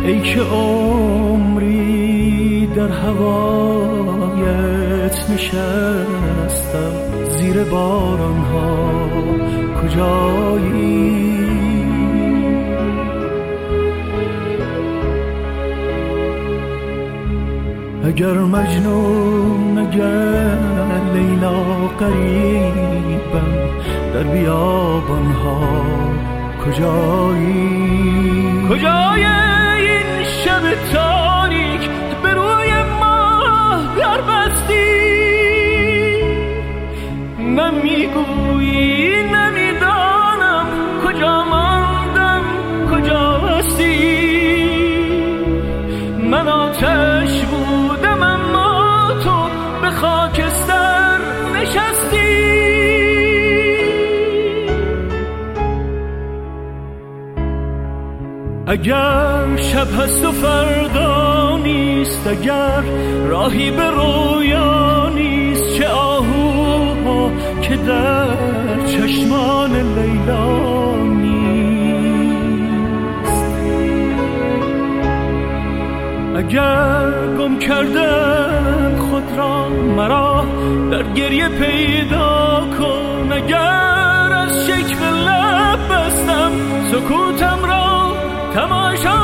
ای که عمری در هوایت نشستم، زیر بارانها کجایی؟ اگر مجنون، اگر لیلا غریبم، در بیابانها کجایی؟ کجای این شب تاریک به روی ماه در بستی؟ نمیگویی نمیدانم کجا ماندم کجا هستی؟ من آتش بودم اما تو به خاکستر نشستی. اگر شب هست و فردا نیست، اگر راهی به رویا نیست، چه آهوها که در چشمان لیلا نیست. اگر گم کردم خود را مرا در گریه پیدا کن، اگر از شکوه لب بستم سکوتم را تماشا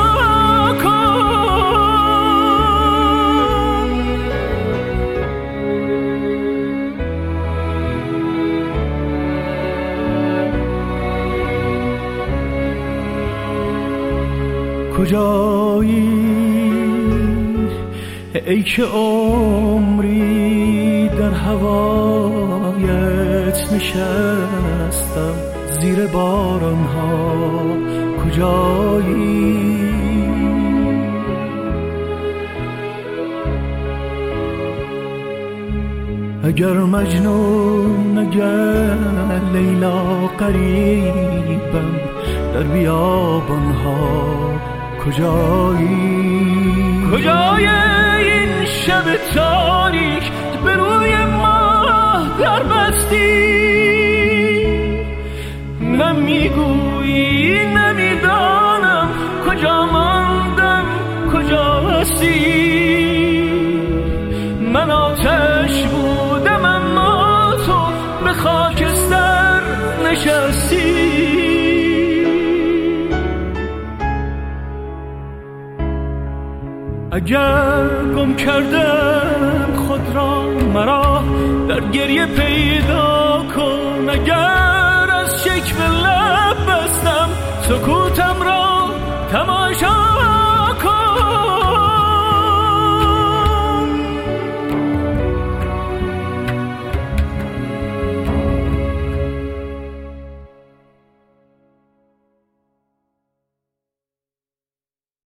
کن. کجایی ای که عمری در هوایت نشستم، زیر بارانها کجایی؟ اگر مجنون، اگر لیلا غریبم، در بیابانها کجایی؟ کجای این شب تاریک به روی ماه در بستی؟ نمیگویی نمیدانم کجا ماندم کجا هستی؟ من آتش بودم اما تو به خاکستر نشستی. اگر گم کردم خود را مرا در گریه پیدا کن، اگر از شکوه لب بستم سکوتم را تماشا